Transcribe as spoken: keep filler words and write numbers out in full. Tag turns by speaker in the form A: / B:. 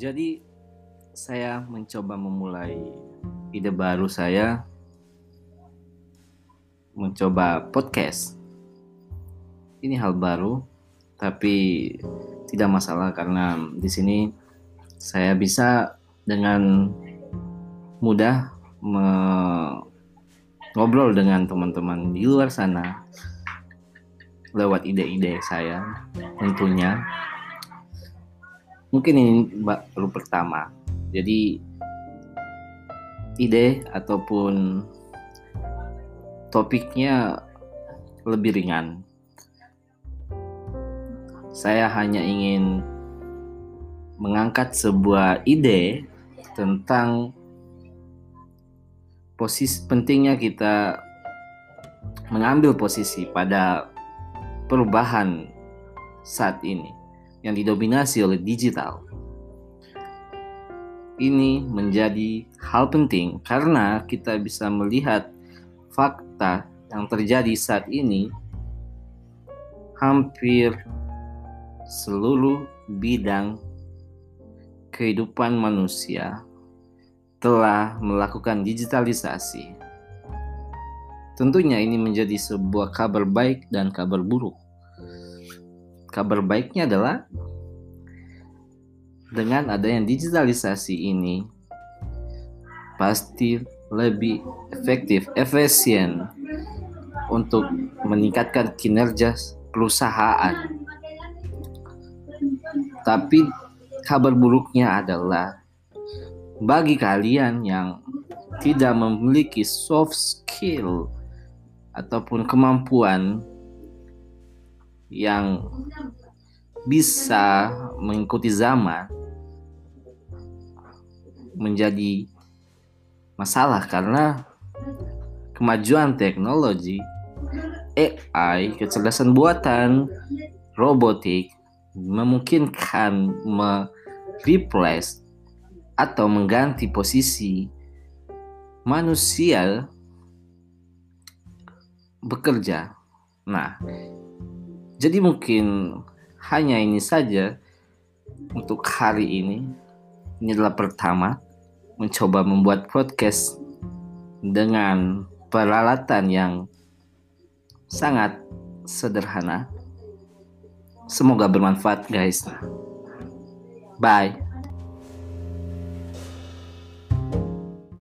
A: Jadi saya mencoba memulai ide baru saya mencoba podcast. Ini hal baru, tapi tidak masalah karena di sini saya bisa dengan mudah ngobrol dengan teman-teman di luar sana lewat ide-ide saya tentunya. Mungkin ini baru pertama. Jadi ide ataupun topiknya lebih ringan. Saya hanya ingin mengangkat sebuah ide tentang posisi pentingnya kita mengambil posisi pada perubahan saat ini yang didominasi oleh digital. Ini menjadi hal penting karena kita bisa melihat fakta yang terjadi saat ini. Hampir seluruh bidang kehidupan manusia telah melakukan digitalisasi. Tentunya ini menjadi sebuah kabar baik dan kabar buruk. Kabar baiknya adalah dengan adanya digitalisasi ini pasti lebih efektif, efisien untuk meningkatkan kinerja perusahaan. Tapi kabar buruknya adalah bagi kalian yang tidak memiliki soft skill ataupun kemampuan yang bisa mengikuti zaman menjadi masalah karena kemajuan teknologi, A I, kecerdasan buatan, robotik memungkinkan me-replace atau mengganti posisi manusia bekerja. Nah, jadi mungkin hanya ini saja untuk hari ini. Ini adalah pertama mencoba membuat podcast dengan peralatan yang sangat sederhana. Semoga bermanfaat, guys. Bye.